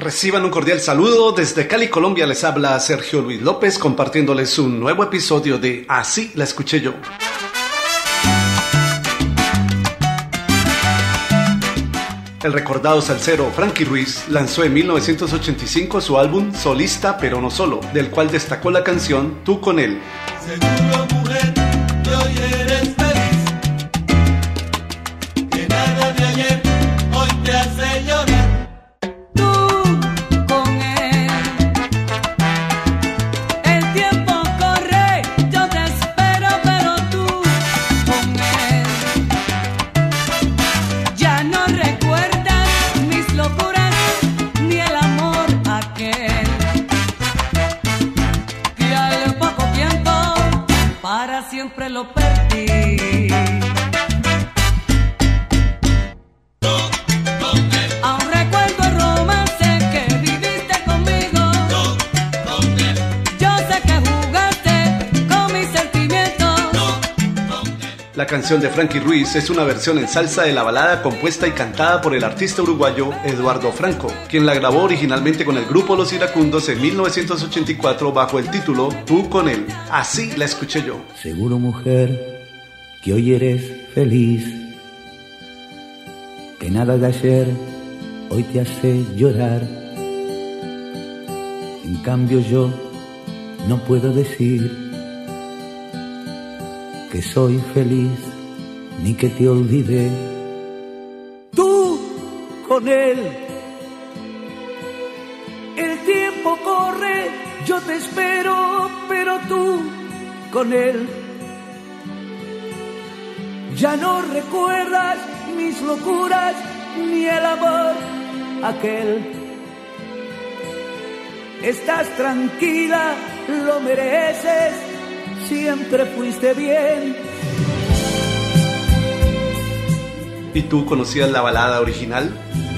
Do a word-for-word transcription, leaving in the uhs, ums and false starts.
Reciban un cordial saludo. Desde Cali, Colombia, les habla Sergio Luis López, compartiéndoles un nuevo episodio de Así la escuché yo. El recordado salsero Frankie Ruiz lanzó en mil novecientos ochenta y cinco su álbum Solista pero no solo, del cual destacó la canción Tú con él. Seguro, mujer, que hoy eres feliz, que nada de ayer hoy te hace llorar. Siempre lo perdí. Tú con él. Aún recuerdo el romance que viviste conmigo. Tú con él. Yo sé que jugaste con mis sentimientos. Tú con él. La canción de Frankie Ruiz es una versión en salsa de la balada compuesta y cantada por el artista uruguayo Eduardo Franco, quien la grabó originalmente con el grupo Los Iracundos en mil novecientos ochenta y cuatro bajo el título Tú con él. Así la escuché yo. Seguro, mujer, que hoy eres feliz, que nada de ayer hoy te hace llorar. En cambio yo no puedo decir que soy feliz ni que te olvidé. Tú con él, el tiempo corre, yo te espero, pero tú con él ya no recuerdas mis locuras ni el amor aquel. Estás tranquila, lo mereces, siempre fuiste bien. ¿Y tú conocías la balada original?